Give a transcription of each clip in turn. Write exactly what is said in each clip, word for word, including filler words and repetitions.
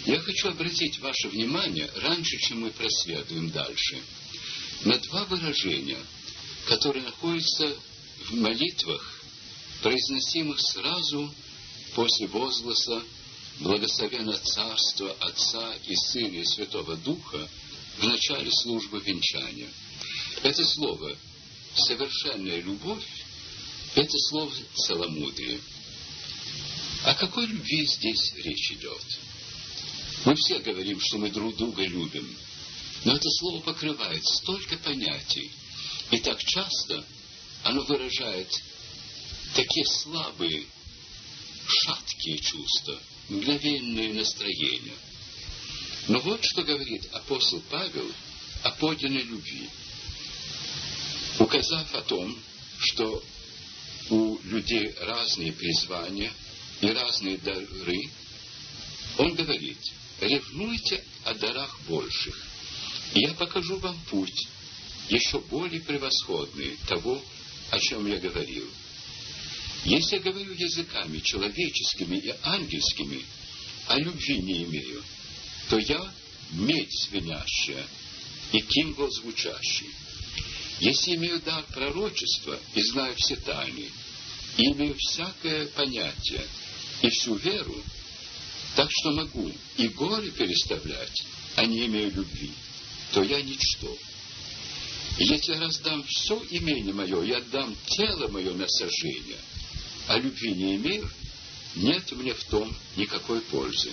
Я хочу обратить ваше внимание, раньше, чем мы проследуем дальше, на два выражения, которые находятся в молитвах, произносимых сразу после возгласа «Благословенно Царство Отца и Сына и Святого Духа» в начале службы венчания. Это слово «совершенная любовь» — это слово «целомудрие». О какой любви здесь речь идет? Мы все говорим, что мы друг друга любим, но это слово покрывает столько понятий, и так часто оно выражает такие слабые, шаткие чувства, мгновенные настроения. Но вот что говорит апостол Павел о подлинной любви, указав о том, что у людей разные призвания и разные дары, он говорит: ревнуйте о дарах больших, и я покажу вам путь, еще более превосходный того, о чем я говорил. Если я говорю языками человеческими и ангельскими, а любви не имею, то я медь звенящая и кимвол звучащий. Если имею дар пророчества и знаю все тайны, и имею всякое понятие и всю веру, так что могу и горы переставлять, а не имею любви, то я ничто. И если я раздам все имение мое и отдам тело мое на сожжение, а любви не имею, нет мне в том никакой пользы.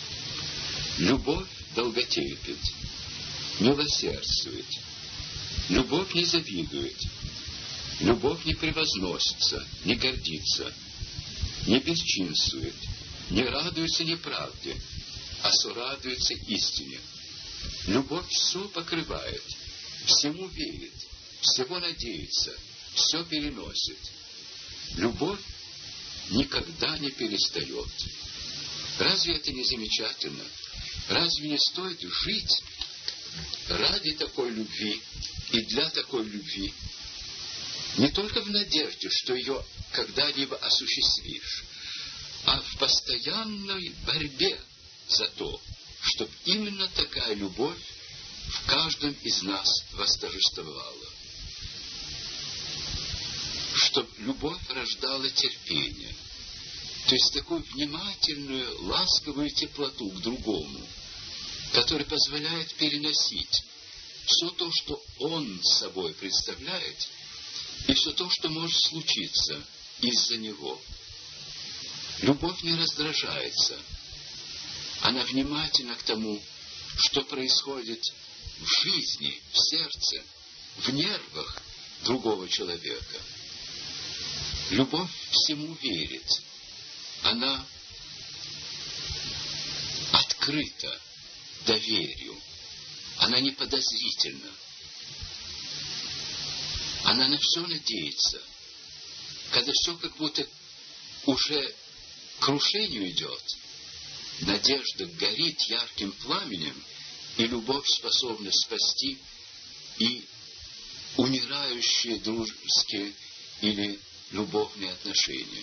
Любовь долготерпит, милосердствует, любовь не завидует, любовь не превозносится, не гордится, не бесчинствует, не радуется неправде, а сорадуется истине. Любовь все покрывает, всему верит, всего надеется, все переносит. Любовь никогда не перестает. Разве это не замечательно? Разве не стоит жить ради такой любви и для такой любви? Не только в надежде, что ее когда-либо осуществишь, а в постоянной борьбе за то, чтобы именно такая любовь в каждом из нас восторжествовала. Чтобы любовь рождала терпение, то есть такую внимательную, ласковую теплоту к другому, который позволяет переносить все то, что он собой представляет, и все то, что может случиться из-за него. Любовь не раздражается. Она внимательна к тому, что происходит в жизни, в сердце, в нервах другого человека. Любовь всему верит. Она открыта доверию. Она не подозрительна. Она на все надеется. Когда все как будто уже к крушению идет, надежда горит ярким пламенем, и любовь способна спасти и умирающие дружеские или любовные отношения.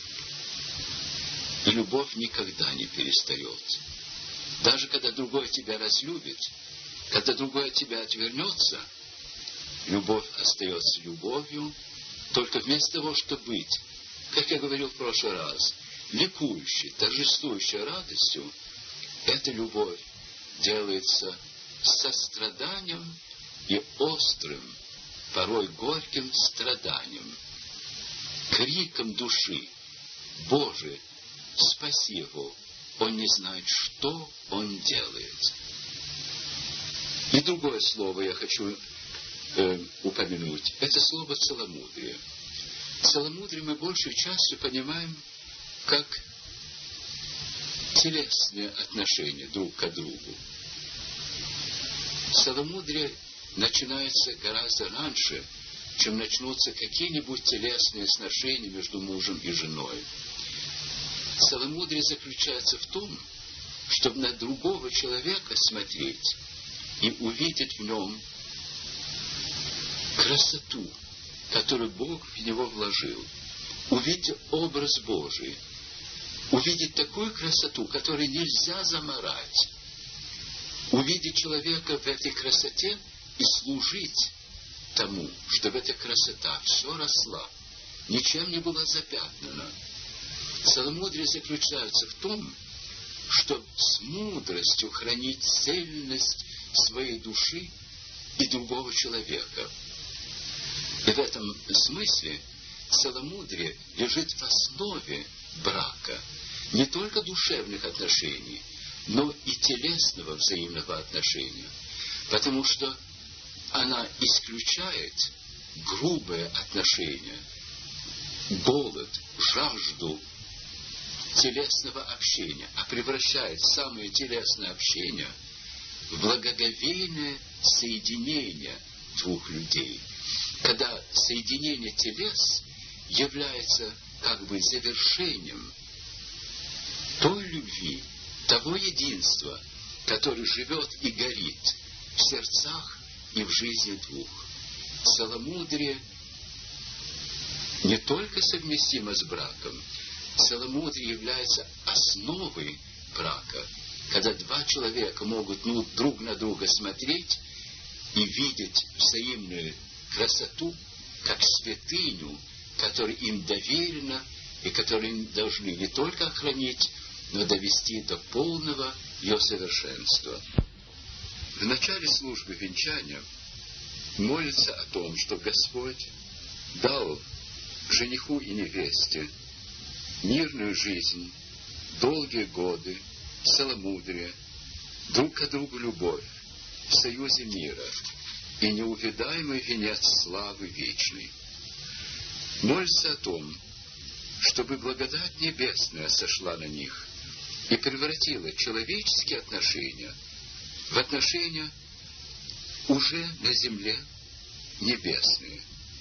И любовь никогда не перестает. Даже когда другой тебя разлюбит, когда другой от тебя отвернется, любовь остается любовью, только вместо того, чтобы быть, как я говорил в прошлый раз, ликующей, торжествующей радостью, эта любовь делается состраданием и острым, порой горьким страданием, криком души: «Боже, спаси его, он не знает, что он делает». И другое слово я хочу э, упомянуть. Это слово «целомудрие». Целомудрие мы большей частью понимаем как телесные отношения друг к другу. Целомудрие начинается гораздо раньше, чем начнутся какие-нибудь телесные сношения между мужем и женой. Целомудрие заключается в том, чтобы на другого человека смотреть и увидеть в нем красоту, которую Бог в него вложил, увидеть образ Божий, увидеть такую красоту, которую нельзя заморать, увидеть человека в этой красоте и служить тому, чтобы эта красота все росла, ничем не была запятнана. Целомудрие заключается в том, чтобы с мудростью хранить цельность своей души и другого человека. И в этом смысле целомудрие лежит в основе брака не только душевных отношений, но и телесного взаимного отношения, потому что она исключает грубое отношение, голод, жажду телесного общения, а превращает самое телесное общение в благоговейное соединение двух людей, когда соединение телес является как бы завершением той любви, того единства, который живет и горит в сердцах и в жизни двух. Целомудрие не только совместимо с браком, целомудрие является основой брака, когда два человека могут ну, друг на друга смотреть и видеть взаимную красоту как святыню, которая им доверена и которую им должны не только охранить, но довести до полного ее совершенства. В начале службы венчания молится о том, что Господь дал жениху и невесте мирную жизнь, долгие годы, целомудрие, друг к другу любовь в союзе мира и неувидаемый венец славы вечной. Молится о том, чтобы благодать небесная сошла на них и превратила человеческие отношения в отношения уже на земле небесные.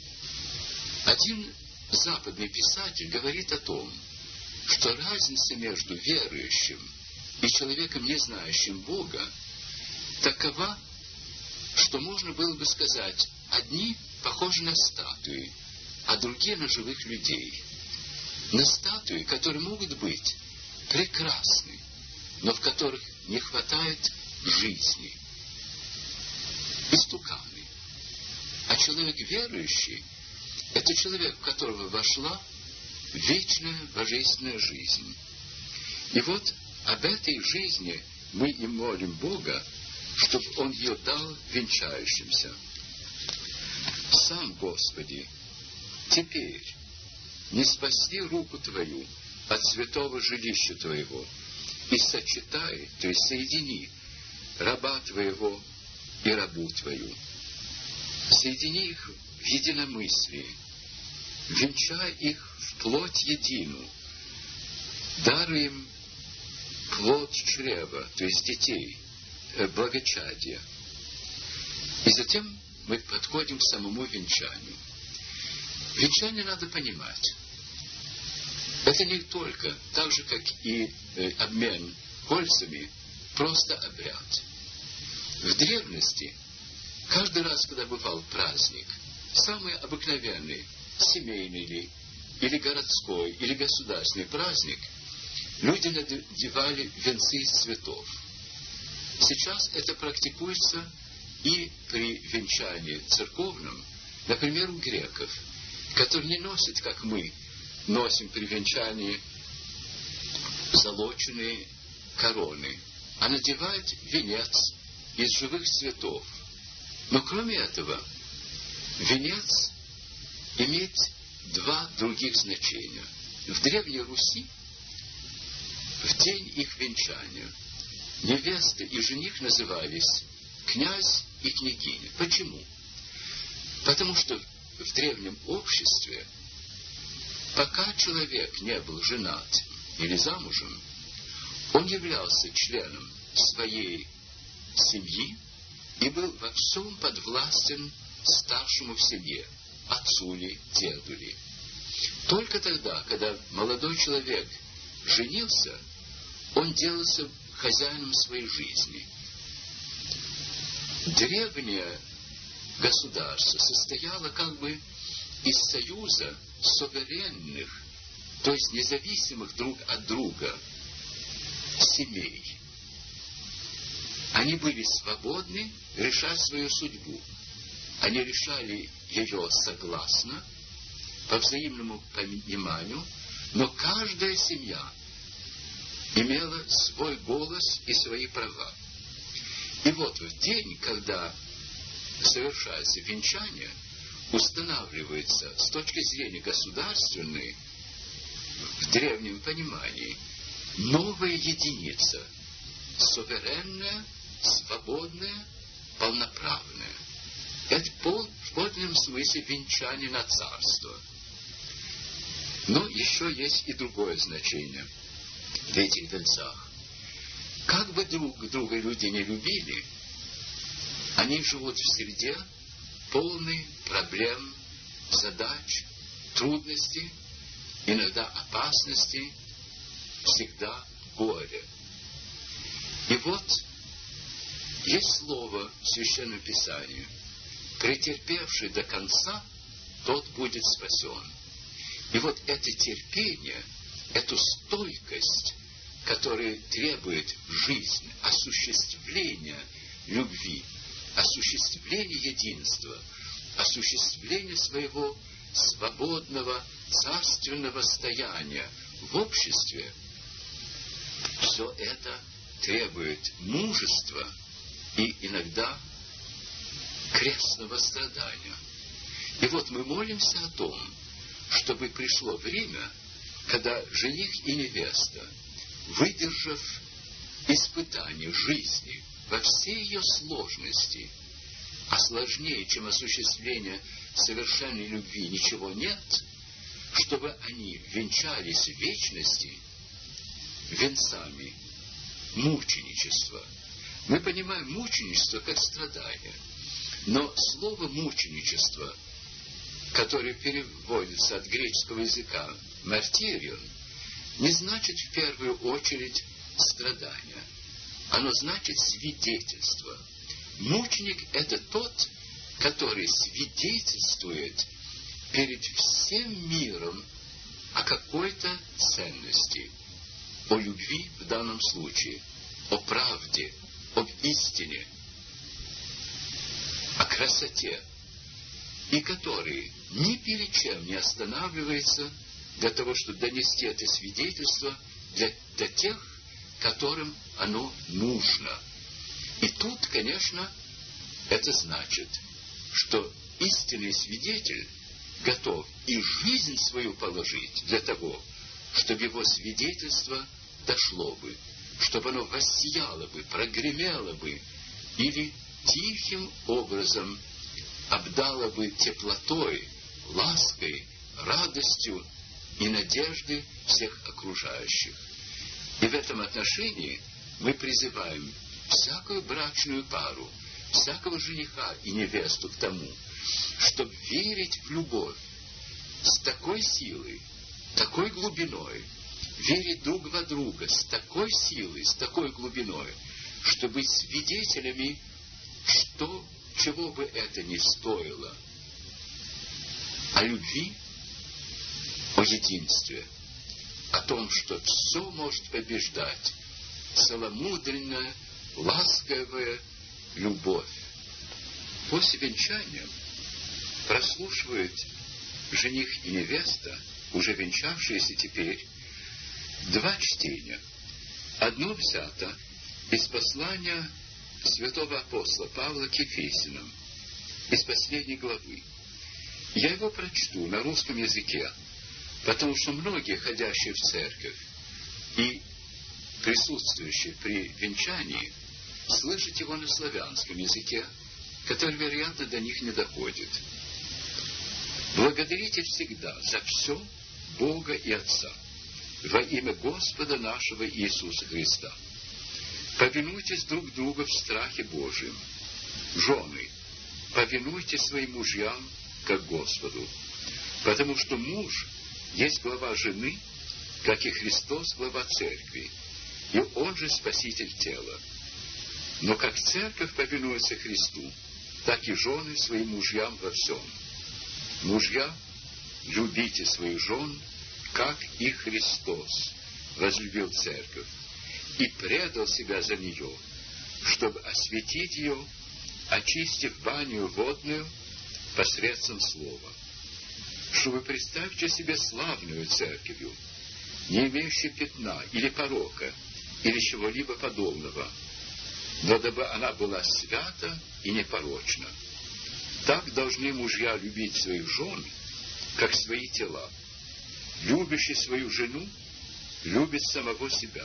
Один западный писатель говорит о том, что разница между верующим и человеком, не знающим Бога, такова, что можно было бы сказать, одни похожи на статуи, а другие на живых людей. На статуи, которые могут быть прекрасны, но в которых не хватает жизни. Истуканы. А человек верующий — это человек, в которого вошла вечная божественная жизнь. И вот об этой жизни мы и молим Бога, чтобы Он ее дал венчающимся. Сам, Господи, теперь не спаси руку Твою от святого жилища Твоего и сочетай, то есть соедини раба Твоего и рабу Твою. Соедини их в единомыслии, венчай их в плоть едину, даруй им плод чрева, то есть детей, благочадия. И затем мы подходим к самому венчанию. Венчание надо понимать. Это не только, так же, как и э, обмен кольцами, просто обряд. В древности, каждый раз, когда бывал праздник, самый обыкновенный, семейный ли, или городской, или государственный праздник, люди надевали венцы из цветов. Сейчас это практикуется и при венчании церковном, например, у греков, которые не носят, как мы носим при венчании золоченые короны, а надевают венец из живых цветов. Но кроме этого, венец имеет два других значения. В Древней Руси, в день их венчания, невеста и жених назывались князь и княгиня. Почему? Потому что в древнем обществе, пока человек не был женат или замужем, он являлся членом своей семьи и был во всем подвластен старшему в семье, отцу ли, деду ли. Только тогда, когда молодой человек женился, он делался хозяином своей жизни. Древнее государство состояло как бы из союза суверенных то есть независимых друг от друга семей, они были свободны решать свою судьбу. Они решали ее согласно, по взаимному пониманию, но каждая семья имела свой голос и свои права. И вот в день, когда совершается венчание, устанавливается с точки зрения государственной, в древнем понимании, новая единица, суверенная, свободная, полноправная. Это в подлинном смысле венчание на царство. Но еще есть и другое значение в этих венцах. Как бы друг друга люди не любили, они живут в среде полной проблем, задач, трудностей, иногда опасностей, всегда горе. И вот есть слово в Священном Писании: претерпевший до конца, тот будет спасен. И вот это терпение, эту стойкость, которая требует жизни, осуществления любви, осуществления единства, осуществления своего свободного царственного стояния в обществе, все это требует мужества и иногда крестного страдания. И вот мы молимся о том, чтобы пришло время, когда жених и невеста, выдержав испытание жизни во всей ее сложности, а сложнее, чем осуществление совершенной любви, ничего нет, чтобы они венчались в вечности венцами мученичества. Мы понимаем мученичество как страдание, но слово мученичество, которое переводится от греческого языка «мартирион», не значит в первую очередь страдания. Оно значит свидетельство. Мученик – это тот, который свидетельствует перед всем миром о какой-то ценности, о любви в данном случае, о правде, об истине, о красоте, и который ни перед чем не останавливается для того, чтобы донести это свидетельство для, для тех, которым оно нужно. И тут, конечно, это значит, что истинный свидетель готов и жизнь свою положить для того, чтобы его свидетельство дошло бы, чтобы оно воссияло бы, прогремело бы, или тихим образом обдало бы теплотой, лаской, радостью и надеждой всех окружающих. И в этом отношении мы призываем всякую брачную пару, всякого жениха и невесту к тому, чтобы верить в любовь с такой силой, такой глубиной, верить друг во друга с такой силой, с такой глубиной, чтобы быть свидетелями, что, чего бы это ни стоило, о любви, о единстве, о том, что все может побеждать целомудренная, ласковая любовь. После венчания прослушивают жених и невеста, уже венчавшиеся теперь, два чтения. Одно взято из послания святого апостола Павла к Ефесянам, из последней главы. Я его прочту на русском языке, потому что многие, ходящие в церковь и присутствующие при венчании, слышат его на славянском языке, который, вероятно, до них не доходит. «Благодарите всегда за все Бога и Отца во имя Господа нашего Иисуса Христа. Повинуйтесь друг другу в страхе Божьем. Жены, повинуйтесь своим мужьям, как Господу, потому что муж есть глава жены, как и Христос глава церкви, и он же спаситель тела. Но как церковь повинуется Христу, так и жены своим мужьям во всем. Мужья, любите своих жен, как и Христос возлюбил церковь и предал себя за нее, чтобы осветить ее, очистив баню водную посредством слова. Чтобы представьте себе славную церковью, не имеющую пятна или порока, или чего-либо подобного, но дабы она была свята и непорочна. Так должны мужья любить своих жен, как свои тела. Любящий свою жену любит самого себя.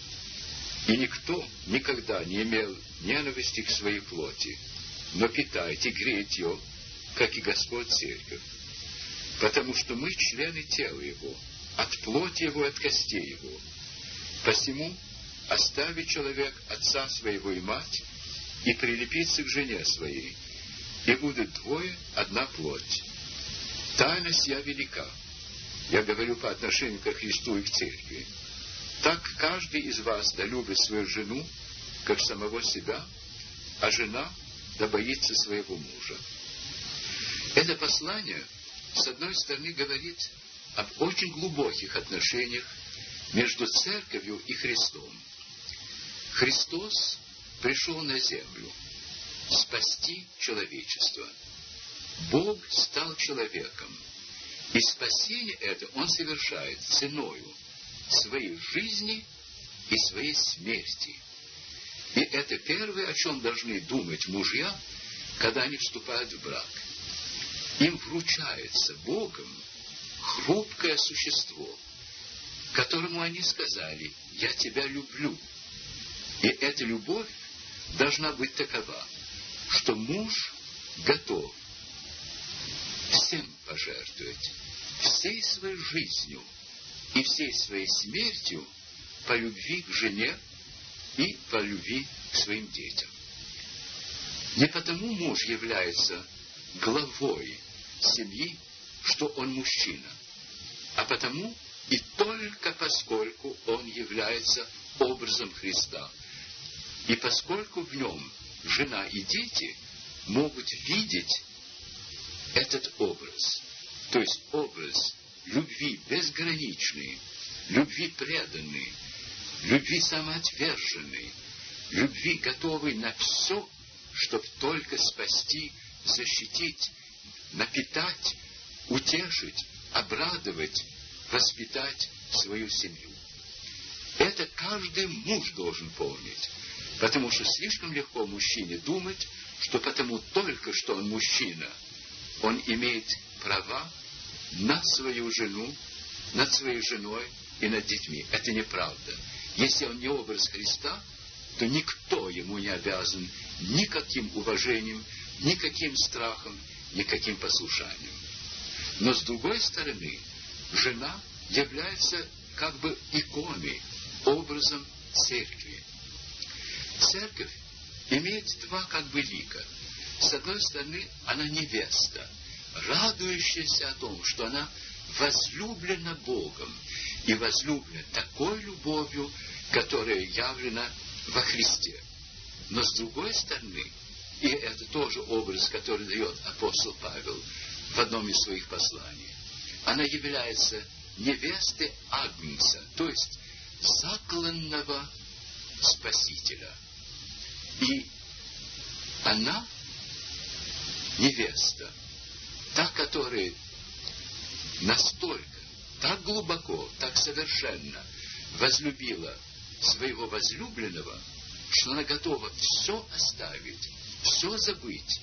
И никто никогда не имел ненависти к своей плоти, но питает и греет ее, как и Господь церковь. Потому что мы члены тела Его, от плоти Его и от костей Его. Посему оставит человек отца своего и мать, и прилепится к жене своей, и будут двое одна плоть. Тайна сия велика. Я говорю по отношению ко Христу и к церкви. Так каждый из вас да любит свою жену, как самого себя, а жена да боится своего мужа. Это послание, с одной стороны, говорит об очень глубоких отношениях между церковью и Христом. Христос пришел на землю спасти человечество. Бог стал человеком, и спасение это Он совершает ценою своей жизни и своей смерти. И это первое, о чем должны думать мужья, когда они вступают в брак. Им вручается Богом хрупкое существо, которому они сказали: «Я тебя люблю». И эта любовь должна быть такова, что муж готов всем пожертвовать, всей своей жизнью и всей своей смертью по любви к жене и по любви к своим детям. Не потому муж является главой семьи, что он мужчина, а потому и только поскольку он является образом Христа, и поскольку в нем жена и дети могут видеть этот образ, то есть образ любви безграничной, любви преданной, любви самоотверженной, любви готовой на все, чтобы только спасти, защитить, напитать, утешить, обрадовать, воспитать свою семью. Это каждый муж должен помнить, потому что слишком легко мужчине думать, что потому только что он мужчина, он имеет права на свою жену, над своей женой и над детьми. Это неправда. Если он не образ Христа, то никто ему не обязан никаким уважением, никаким страхом, никаким послушанием. Но с другой стороны, жена является как бы иконой, образом церкви. Церковь имеет два как бы лика. С одной стороны, она невеста, радующаяся о том, что она возлюблена Богом и возлюблена такой любовью, которая явлена во Христе. Но с другой стороны, и это тоже образ, который дает апостол Павел в одном из своих посланий, она является невестой Агнца, то есть закланного Спасителя. И она невеста, та, которая настолько, так глубоко, так совершенно возлюбила своего возлюбленного, что она готова все оставить, все забыть,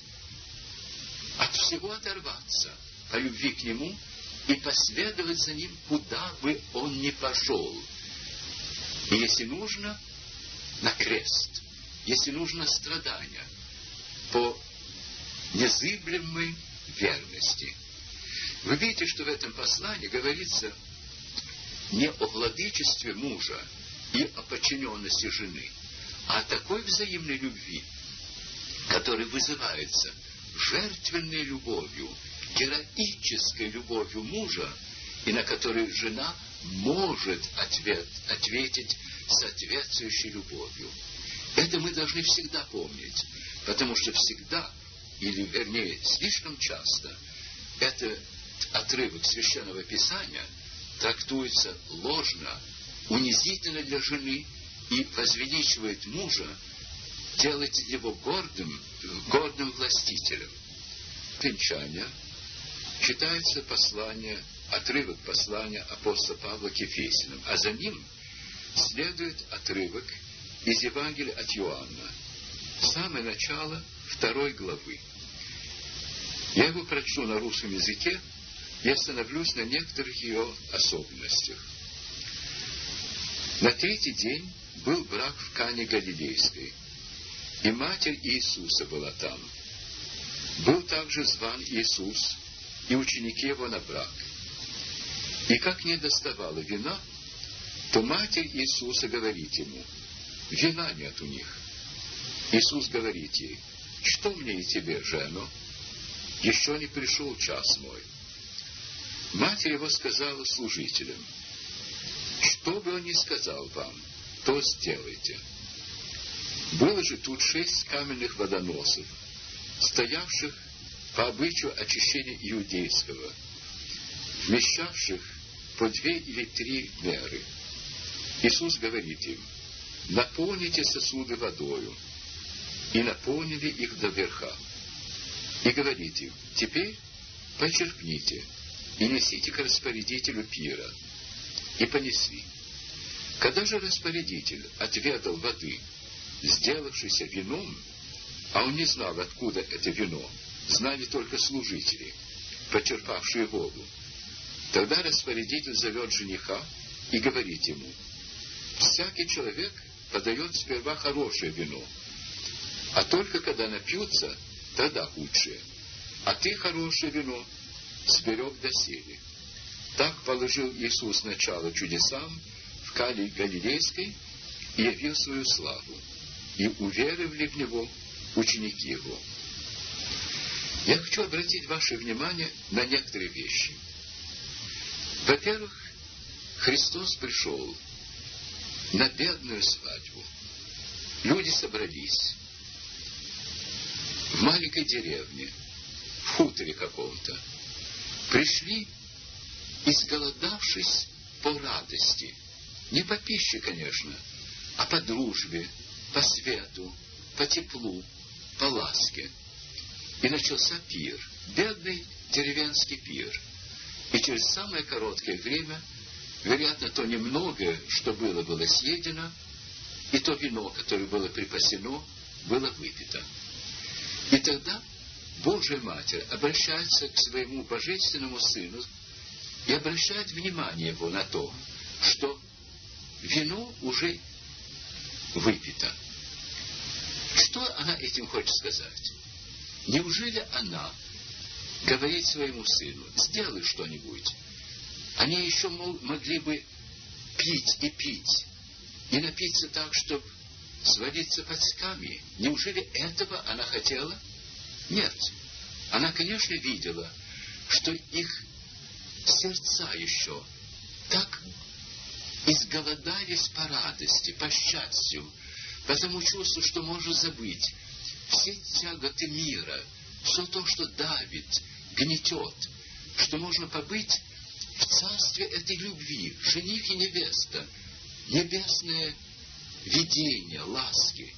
от всего оторваться по любви к нему и последовать за ним, куда бы он ни пошел. И если нужно, на крест, если нужно страдания, по незыблемой верности. Вы видите, что в этом послании говорится не о владычестве мужа и о подчиненности жены, а о такой взаимной любви, которая вызывается жертвенной любовью, героической любовью мужа, и на которую жена может ответ, ответить соответствующей любовью. Это мы должны всегда помнить, потому что всегда, или вернее слишком часто, этот отрывок Священного Писания трактуется ложно, унизительно для жены и возвеличивает мужа, делает его гордым, гордым властителем. Венчание читается послание, отрывок послания апостола Павла к Ефесянам, а за ним следует отрывок из Евангелия от Иоанна, самое начало второй главы. Я его прочту на русском языке и остановлюсь на некоторых ее особенностях. На третий день был брак в Кане Галилейской, и матерь Иисуса была там. Был также зван Иисус и ученики его на брак. И как не доставало вина, то матерь Иисуса говорит ему: вина нет у них. Иисус говорит ей: что мне и тебе, жено? Еще не пришел час мой. Матерь его сказала служителям: что бы он ни сказал вам, то сделайте. Было же тут шесть каменных водоносов, стоявших по обычаю очищения иудейского, вмещавших по две или три меры. Иисус говорит им: наполните сосуды водою, и наполнили их до верха. И говорит им: теперь почерпните и несите к распорядителю пира. И понесли. Когда же распорядитель отведал воды, сделавшейся вином, а он не знал, откуда это вино, знали только служители, почерпавшие воду, тогда распорядитель зовет жениха и говорит ему: всякий человек подает сперва хорошее вино, а только когда напьются, тогда худшее. А ты хорошее вино сберег доселе. Так положил Иисус начало чудесам в Кане Галилейской и явил свою славу, и уверовали в Него ученики Его. Я хочу обратить ваше внимание на некоторые вещи. Во-первых, Христос пришел на бедную свадьбу. Люди собрались в маленькой деревне, в хуторе каком-то. Пришли, изголодавшись по радости. Не по пище, конечно, а по дружбе, по свету, по теплу, по ласке. И начался пир, бедный деревенский пир. И через самое короткое время, вероятно, то немногое, что было, было съедено, и то вино, которое было припасено, было выпито. И тогда Божья Матерь обращается к своему Божественному Сыну и обращает внимание его на то, что вино уже выпито. Что она этим хочет сказать? Неужели она говорит своему сыну: сделай что-нибудь? Они еще могли бы пить и пить, и напиться так, чтобы свалиться под скамьи. Неужели этого она хотела? Нет. Она, конечно, видела, что их сердца еще так изголодались по радости, по счастью, по тому чувству, что можно забыть все тяготы мира, все то, что давит, гнетет, что можно побыть в царстве этой любви, жених и невеста, небесное видение, ласки.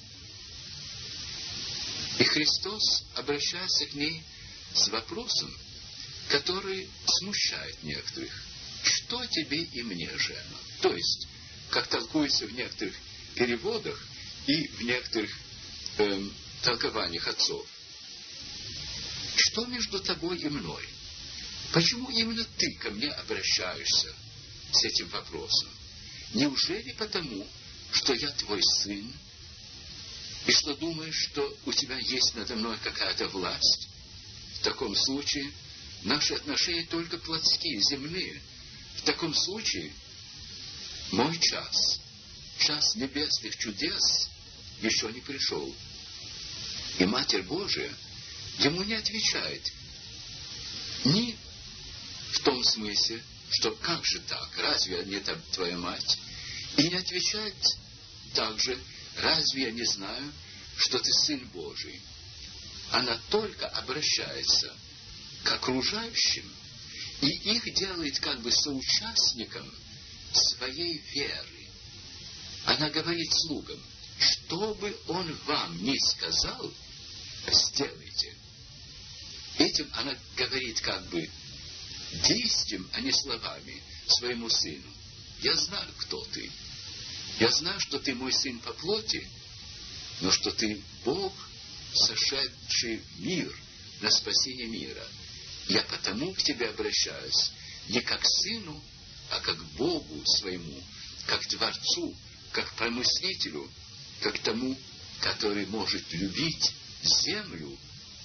И Христос обращается к ней с вопросом, который смущает некоторых. Что тебе и мне, жена? То есть, как толкуется в некоторых переводах и в некоторых эм, толкованиях отцов. Что между тобой и мной? Почему именно ты ко мне обращаешься с этим вопросом? Неужели потому, что я твой сын, и что думаешь, что у тебя есть надо мной какая-то власть? В таком случае наши отношения только плотские, земные. В таком случае мой час, час небесных чудес еще не пришел. И Матерь Божия ему не отвечает ни в том смысле, что как же так, разве я не твоя мать? И не отвечает также: разве я не знаю, что ты Сын Божий? Она только обращается к окружающим и их делает как бы соучастником своей веры. Она говорит слугам: что бы он вам ни сказал, сделайте. Этим она говорит как бы действием, а не словами, своему сыну: я знаю, кто ты. Я знаю, что ты мой сын по плоти, но что ты Бог, сошедший в мир на спасение мира. Я потому к тебе обращаюсь не как к сыну, а как к Богу своему, как к Творцу, как к помыслителю, как к тому, который может любить землю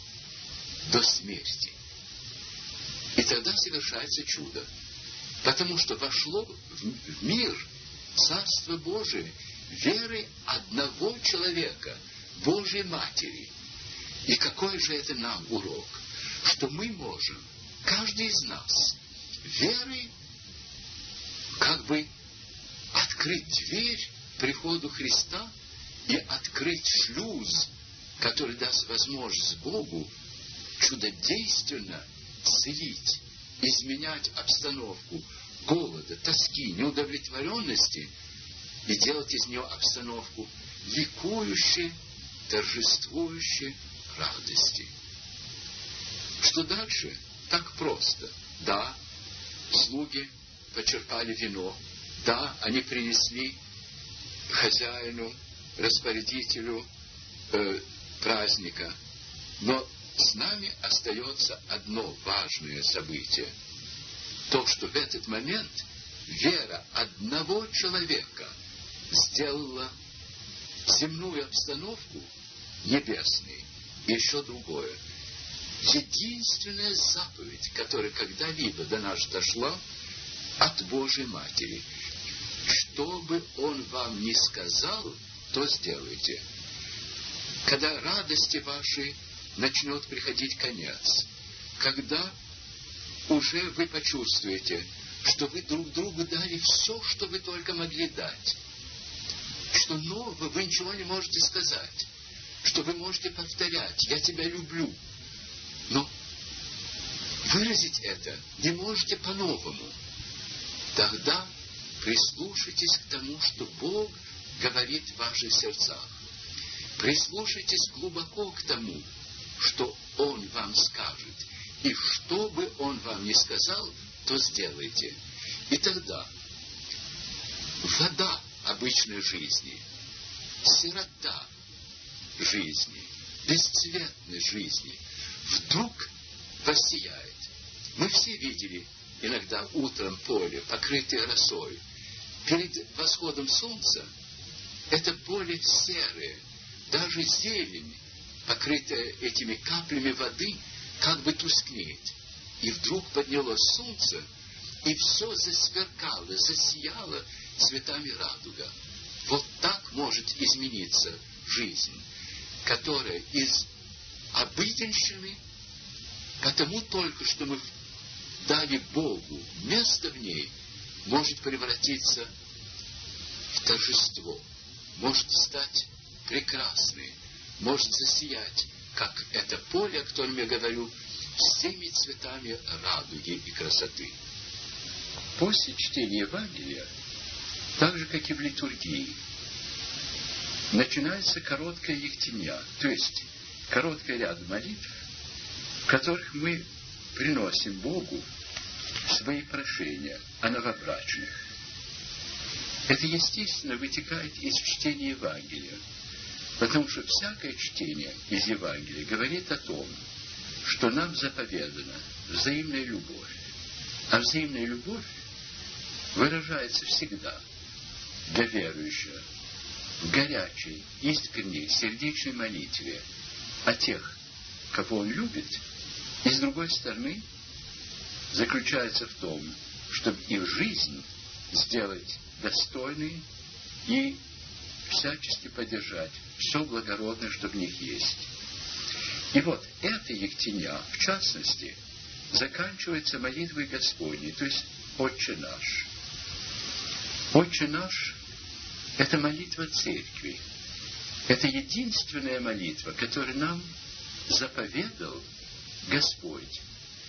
до смерти. И тогда совершается чудо, потому что вошло в мир Царство Божие верой одного человека, Божьей Матери. И какой же это нам урок? Что мы можем, каждый из нас, верой как бы открыть дверь к приходу Христа и открыть шлюз, который даст возможность Богу чудодейственно целить, изменять обстановку голода, тоски, неудовлетворенности и делать из нее обстановку ликующей, торжествующей радости. Что дальше? Так просто. Да, слуги почерпали вино. Да, они принесли хозяину, распорядителю э, праздника. Но с нами остается одно важное событие. То, что в этот момент вера одного человека сделала земную обстановку небесной. И еще другое. Единственная заповедь, которая когда-либо до нас дошла от Божьей Матери. Что бы Он вам ни сказал, то сделайте. Когда радости вашей начнет приходить конец, когда уже вы почувствуете, что вы друг другу дали все, что вы только могли дать, что нового вы ничего не можете сказать, что вы можете повторять: «Я тебя люблю», но выразить это не можете по-новому. Тогда прислушайтесь к тому, что Бог говорит в ваших сердцах. Прислушайтесь глубоко к тому, что Он вам скажет. И что бы Он вам ни сказал, то сделайте. И тогда вода обычной жизни, сирота жизни, бесцветность жизни вдруг воссияет. Мы все видели иногда утром поле, покрытое росой. Перед восходом солнца это поле серое, даже зелень, покрытая этими каплями воды, как бы тускнеет. И вдруг поднялось солнце, и все засверкало, засияло цветами радуга. Вот так может измениться жизнь, которая из обыденщины, потому только что мы дали Богу место в ней, может превратиться в торжество, может стать прекрасной, может засиять, как это поле, о котором я говорю, всеми цветами радуги и красоты. После чтения Евангелия, так же, как и в литургии, начинается короткая ектемья, то есть короткий ряд молитв, в которых мы приносим Богу свои прошения о новобрачных. Это, естественно, вытекает из чтения Евангелия, потому что всякое чтение из Евангелия говорит о том, что нам заповедана взаимная любовь. А взаимная любовь выражается всегда для верующего в горячей, искренней, сердечной молитве о тех, кого он любит, и, с другой стороны, заключается в том, чтобы их жизнь сделать достойной и всячески поддержать все благородное, что в них есть. И вот эта ектеня, в частности, заканчивается молитвой Господней, то есть «Отче наш». «Отче наш» — это молитва Церкви. Это единственная молитва, которую нам заповедал Господь.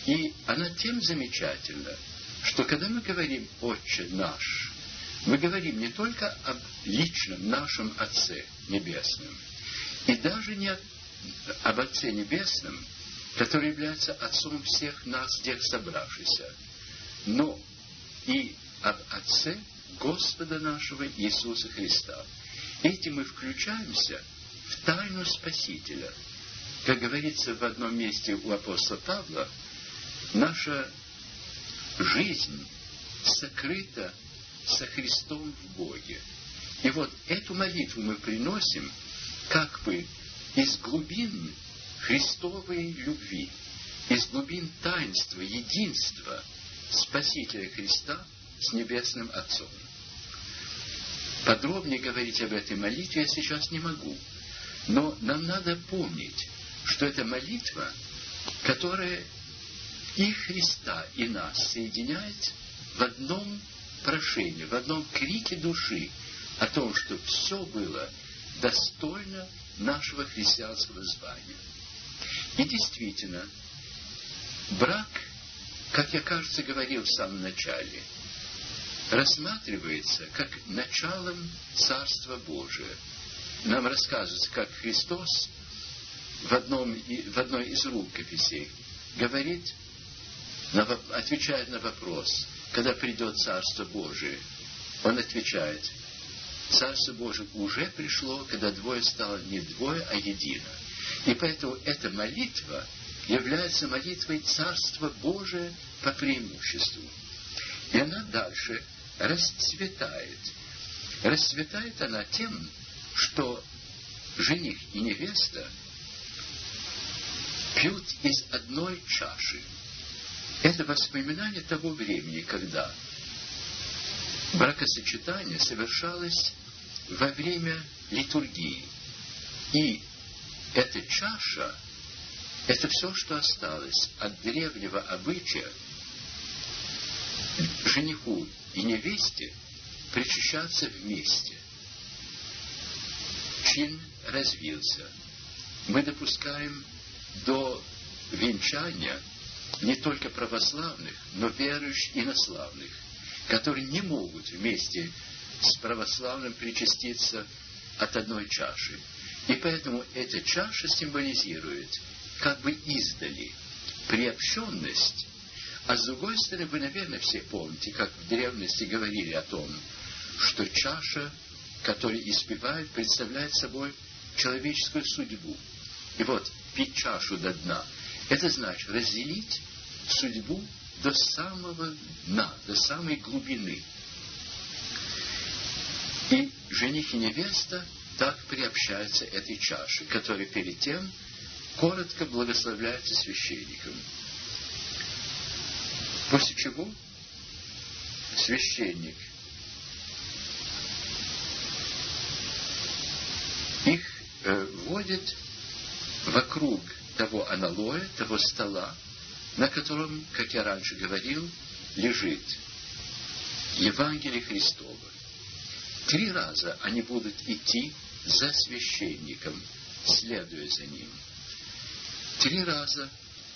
И она тем замечательна, что когда мы говорим «Отче наш», мы говорим не только об личном нашем Отце Небесном, и даже не об Отце Небесном, который является Отцом всех нас, всех собравшихся, но и об Отце Господа нашего Иисуса Христа. Этим мы включаемся в тайну Спасителя. Как говорится в одном месте у апостола Павла, наша жизнь сокрыта со Христом в Боге. И вот эту молитву мы приносим как бы из глубин Христовой любви, из глубин таинства, единства Спасителя Христа с Небесным Отцом. Подробнее говорить об этой молитве я сейчас не могу, но нам надо помнить, что это молитва, которая и Христа, и нас соединяет в одном прошении, в одном крике души о том, что все было достойно нашего христианского звания. И действительно, брак, как я, кажется, говорил в самом начале, рассматривается как началом Царства Божия. Нам рассказывается, как Христос в, одном, в одной из рукописей говорит, отвечает на вопрос, когда придет Царство Божие. Он отвечает, Царство Божие уже пришло, когда двое стало не двое, а едино. И поэтому эта молитва является молитвой Царства Божия по преимуществу. И она дальше расцветает. Расцветает она тем, что жених и невеста пьют из одной чаши. Это воспоминание того времени, когда бракосочетание совершалось во время литургии. И эта чаша, это все, что осталось от древнего обычая жениху и невесте причащаться вместе. Чин развился. Мы допускаем до венчания не только православных, но верующих инославных, которые не могут вместе с православным причаститься от одной чаши. И поэтому эта чаша символизирует как бы издали приобщенность. А с другой стороны, вы, наверное, все помните, как в древности говорили о том, что чаша, которую испевают, представляет собой человеческую судьбу. И вот пить чашу до дна, это значит разделить судьбу до самого дна, до самой глубины. И жених и невеста так приобщаются этой чаше, которая перед тем коротко благословляется священником. После чего священник их э, вводит вокруг того аналоя, того стола, на котором, как я раньше говорил, лежит Евангелие Христово. Три раза они будут идти за священником, следуя за ним. Три раза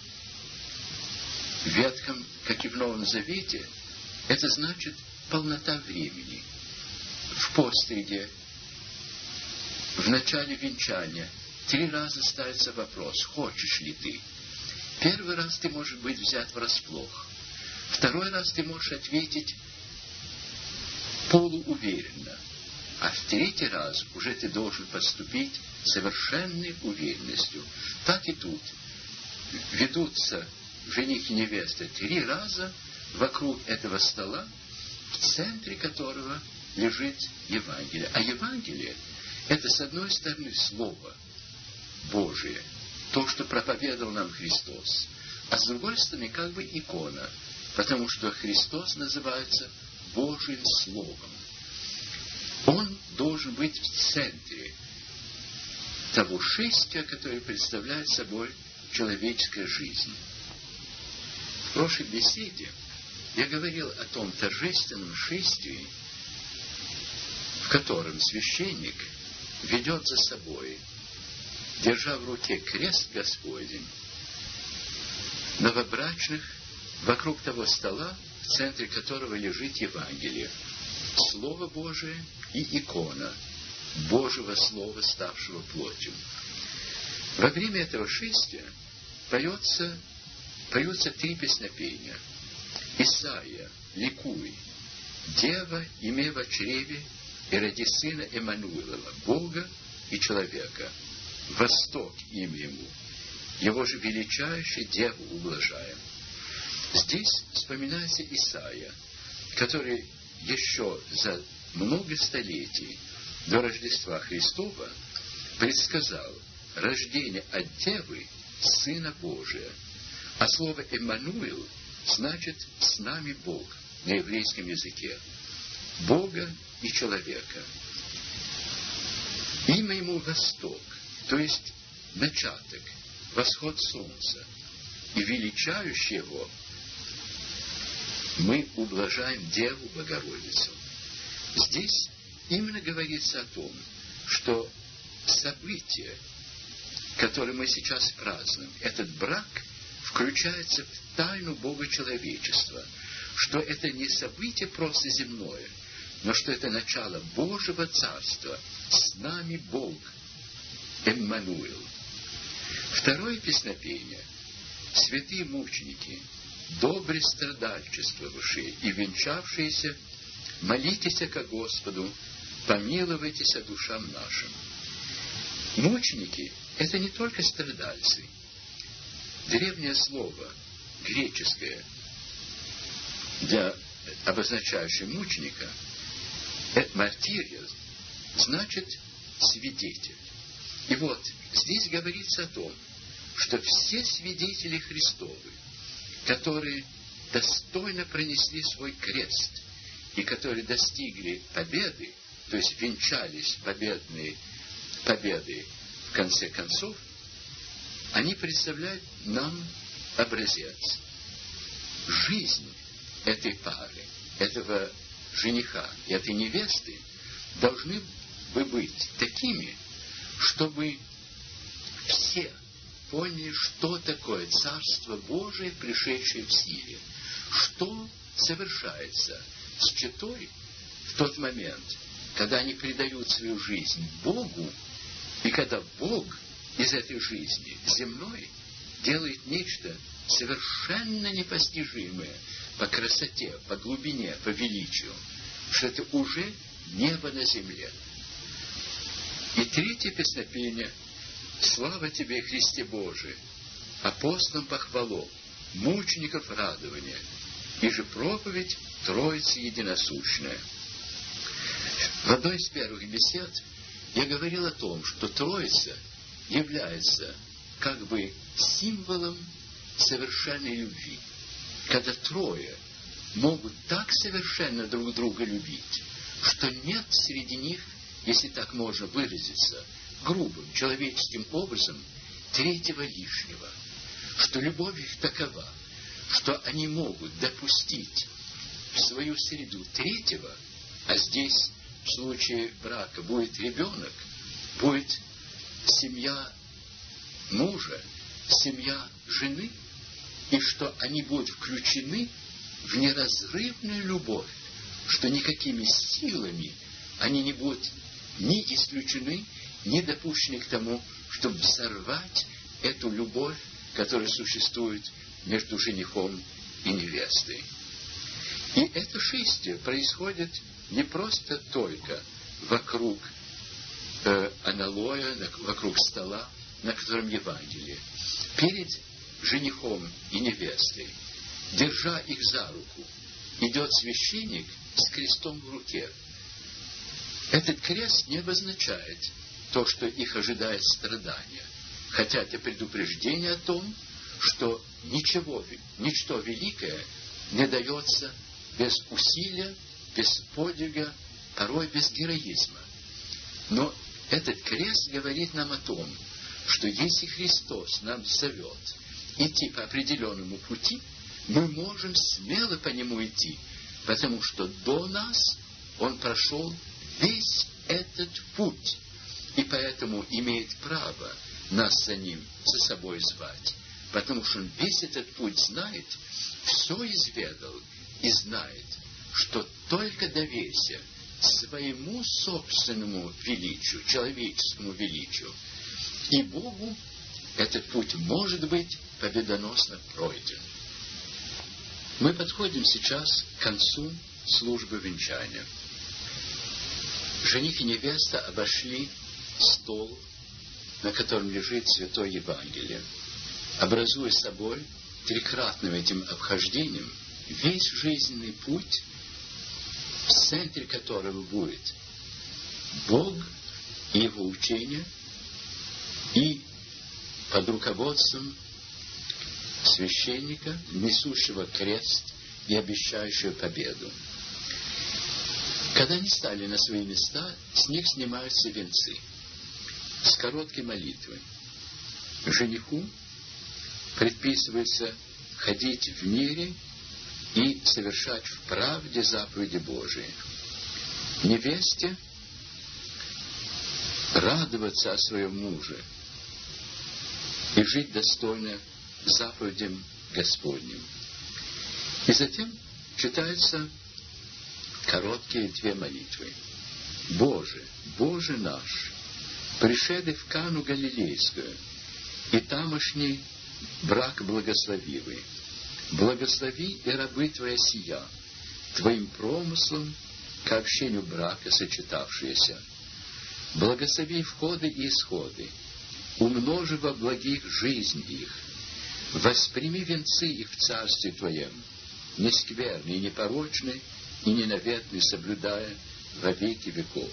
в Ветхом, как и в Новом Завете, это значит полнота времени. В постриге, в начале венчания, три раза ставится вопрос, хочешь ли ты. Первый раз ты можешь быть взят врасплох. Второй раз ты можешь ответить полууверенно. А в третий раз уже ты должен поступить с совершенной уверенностью. Так и тут. Ведутся жених и невеста три раза вокруг этого стола, в центре которого лежит Евангелие. А Евангелие – это, с одной стороны, Слово Божие, то, что проповедовал нам Христос, а с другой стороны, как бы икона, потому что Христос называется Божьим Словом. Он должен быть в центре того шествия, которое представляет собой человеческая жизнь. В прошлой беседе я говорил о том торжественном шествии, в котором священник ведет за собой, держа в руке крест Господень, новобрачных вокруг того стола, в центре которого лежит Евангелие, Слово Божие и икона Божьего Слова, ставшего плотью. Во время этого шествия поется, поются три песнопения. Исайя, ликуй, Дева, име во чреве, и роди сына Эммануилова, Бога и человека. Восток имя ему, его же величайший Деву ублажаем. Здесь вспоминается Исайя, который еще за много столетий до Рождества Христова предсказал рождение от Девы Сына Божия. А слово «Эммануил» значит «с нами Бог» на еврейском языке. Бога и человека. Имя ему Восток, то есть начаток, восход солнца. И величающий его мы ублажаем Деву Богородицу. Здесь именно говорится о том, что событие, которое мы сейчас празднуем, этот брак включается в тайну Бога человечества, что это не событие просто земное, но что это начало Божьего Царства. С нами Бог, Эммануил. Второе песнопение. Святые мученики, добре страдальчествовавшие и венчавшиеся, молитесь ко Господу, помилуйтесь о душам нашим. Мученики – это не только страдальцы. Древнее слово, греческое, для обозначающего мученика, мартирия, значит свидетель. И вот здесь говорится о том, что все свидетели Христовы, которые достойно пронесли свой крест и которые достигли победы, то есть венчались победной победой в конце концов, они представляют нам образец. Жизнь этой пары, этого жениха и этой невесты должны бы быть такими, чтобы все поняли, что такое Царство Божие, пришедшее в силе, что совершается с четой в тот момент, когда они предают свою жизнь Богу, и когда Бог из этой жизни земной делает нечто совершенно непостижимое по красоте, по глубине, по величию, что это уже небо на земле. И третье песнопение: «Слава Тебе, Христе Божий, апостолам похвалу, мучеников радование, и же проповедь Троицы единосущная». В одной из первых бесед я говорил о том, что Троица является как бы символом совершенной любви. Когда трое могут так совершенно друг друга любить, что нет среди них, если так можно выразиться, грубым, человеческим образом, третьего лишнего, что любовь их такова, что они могут допустить в свою среду третьего, а здесь в случае брака будет ребенок, будет семья мужа, семья жены, и что они будут включены в неразрывную любовь, что никакими силами они не будут ни исключены, ни допущены к тому, чтобы взорвать эту любовь, которая существует между женихом и невестой. И это шествие происходит не просто только вокруг э, аналоя, вокруг стола, на котором Евангелие. Перед женихом и невестой, держа их за руку, идет священник с крестом в руке. Этот крест не обозначает то, что их ожидает страдания, хотя это предупреждение о том, что ничего, ничто великое не дается без усилия, без подвига, порой без героизма. Но этот крест говорит нам о том, что если Христос нам зовет идти по определенному пути, мы можем смело по нему идти, потому что до нас Он прошел весь этот путь, и поэтому имеет право нас за ним, за собой звать. потому что он весь этот путь знает, все изведал и знает, что только доверься своему собственному величию, человеческому величию, и Богу этот путь может быть победоносно пройден. Мы подходим сейчас к концу службы венчания. Жених и невеста обошли стол, на котором лежит Святое Евангелие, образуя собой трикратным этим обхождением весь жизненный путь, в центре которого будет Бог и Его учение, и под руководством священника, несущего крест и обещающего победу. Когда они стали на свои места, с них снимаются венцы с короткой молитвой. Жениху предписывается ходить в мире и совершать в правде заповеди Божии. Невесте радоваться о своем муже и жить достойно заповедям Господним. И затем читаются короткие две молитвы. «Боже, Боже наш, пришедший в Кану Галилейскую, и тамошний брак благословивый, благослови и рабы Твоя сия, Твоим промыслом к общению брака сочетавшиеся. Благослови входы и исходы, умножи во благих жизнь их, восприми венцы их в Царстве Твоем, нескверный и непорочный, и ненаветный, соблюдая во веки веков».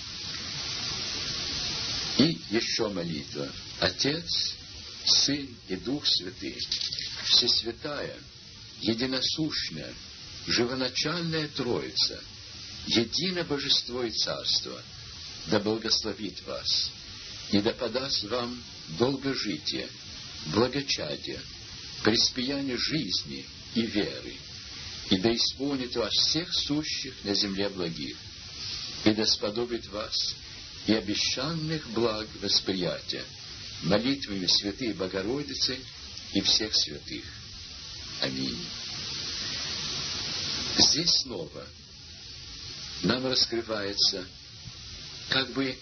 И еще молитва. Отец, Сын и Дух Святый, Всесвятая, единосущная, живоначальная Троица, единое Божество и Царство, да благословит вас, и да подаст вам долгожитие, благочадие, преспияние жизни и веры, и да исполнит вас всех сущих на земле благих, и да сподобит вас и обещанных благ восприятия молитвами Святой Богородицы и всех святых. Аминь. Здесь снова нам раскрывается как бы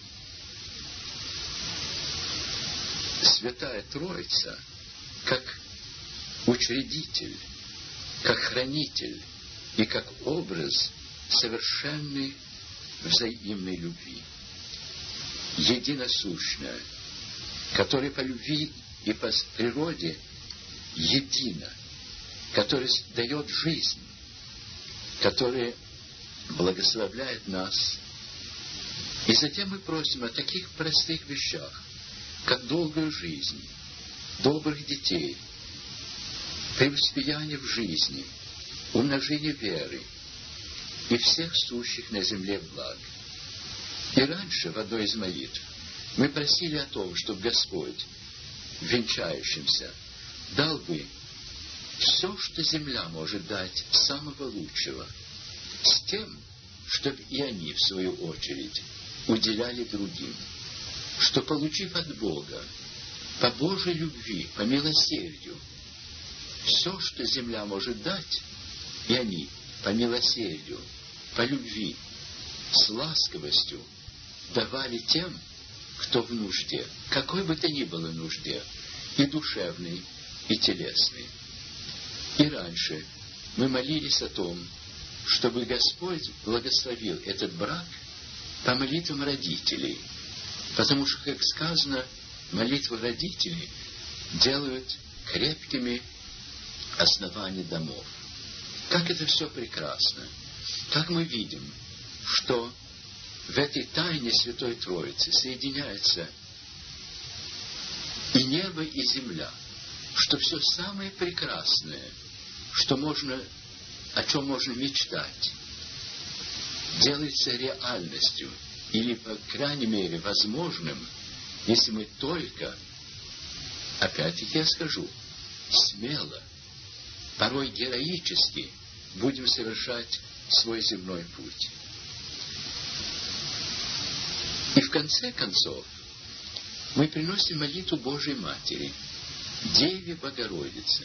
Святая Троица как учредитель, как хранитель и как образ совершенной взаимной любви. Единосущная, которая по любви и по природе едина, которая дает жизнь, которая благословляет нас. И затем мы просим о таких простых вещах, как долгую жизнь, добрых детей, преуспеяние в жизни, умножение веры и всех сущих на земле благ. И раньше в одной из молитв мы просили о том, чтобы Господь венчающимся дал бы все, что земля может дать самого лучшего, с тем, чтобы и они, в свою очередь, уделяли другим, что, получив от Бога по Божьей любви, по милосердию, все, что земля может дать, и они по милосердию, по любви, с ласковостью давали тем, кто в нужде, какой бы то ни было нужде, и душевной, и телесной. И раньше мы молились о том, чтобы Господь благословил этот брак по молитвам родителей, потому что, как сказано, молитвы родителей делают крепкими основания домов. Как это все прекрасно! Как мы видим, что в этой тайне Святой Троицы соединяется и небо, и земля, что все самое прекрасное, что можно, о чем можно мечтать, делается реальностью, или, по крайней мере, возможным, если мы только, опять-таки я скажу, смело, порой героически будем совершать свой земной путь. И в конце концов мы приносим молитву Божьей Матери, Деве Богородице,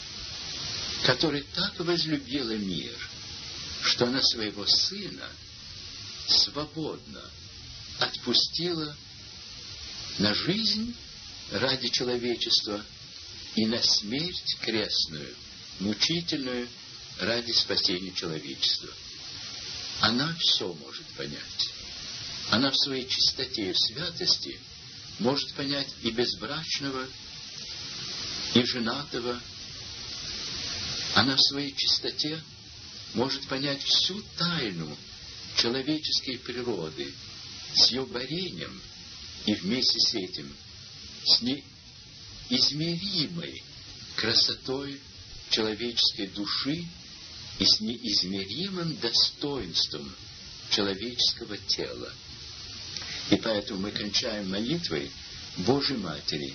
которая так возлюбила мир, что она своего Сына свободно отпустила на жизнь ради человечества и на смерть крестную, мучительную ради спасения человечества. Она все может понять. Она в своей чистоте и в святости может понять и безбрачного, и женатого. Она в своей чистоте может понять всю тайну человеческой природы с ее борением и вместе с этим с неизмеримой красотой человеческой души и с неизмеримым достоинством человеческого тела. И поэтому мы кончаем молитвой Божьей Матери.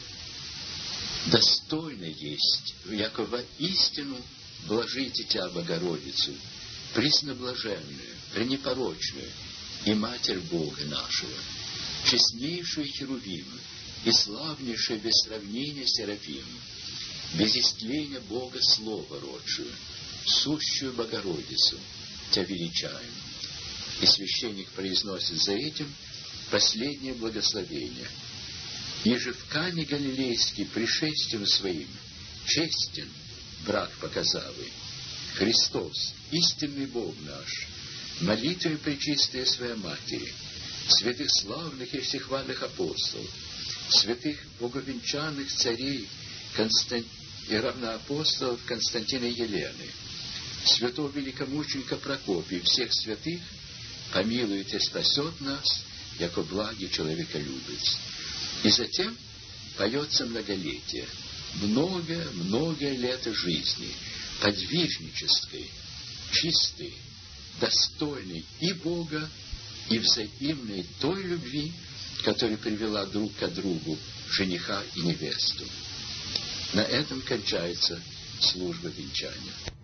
Достойно есть, яко воистину блажите Тя, Богородицу, пресноблаженную, пренепорочную и Матерь Бога нашего, честнейшую Херувим и славнейшую без сравнения Серафим, без истления Бога Слова родшую, сущую Богородицу, Тя величаем. И священник произносит за этим последнее благословение. Еже в Кане Галилейский пришествием своим честен брак показавый, Христос, истинный Бог наш, молитвой пречистая Своя Матери, святых славных и всехвальных апостолов, святых боговенчанных царей Констан... и равноапостолов Константина и Елены, святого великомученика Прокопия и всех святых, помилует и спасет нас, яко благий человеколюбец. И затем поется многолетие, много-много лет жизни, подвижнической, чистой, достойной и Бога, и взаимной той любви, которая привела друг к другу жениха и невесту. На этом кончается служба венчания.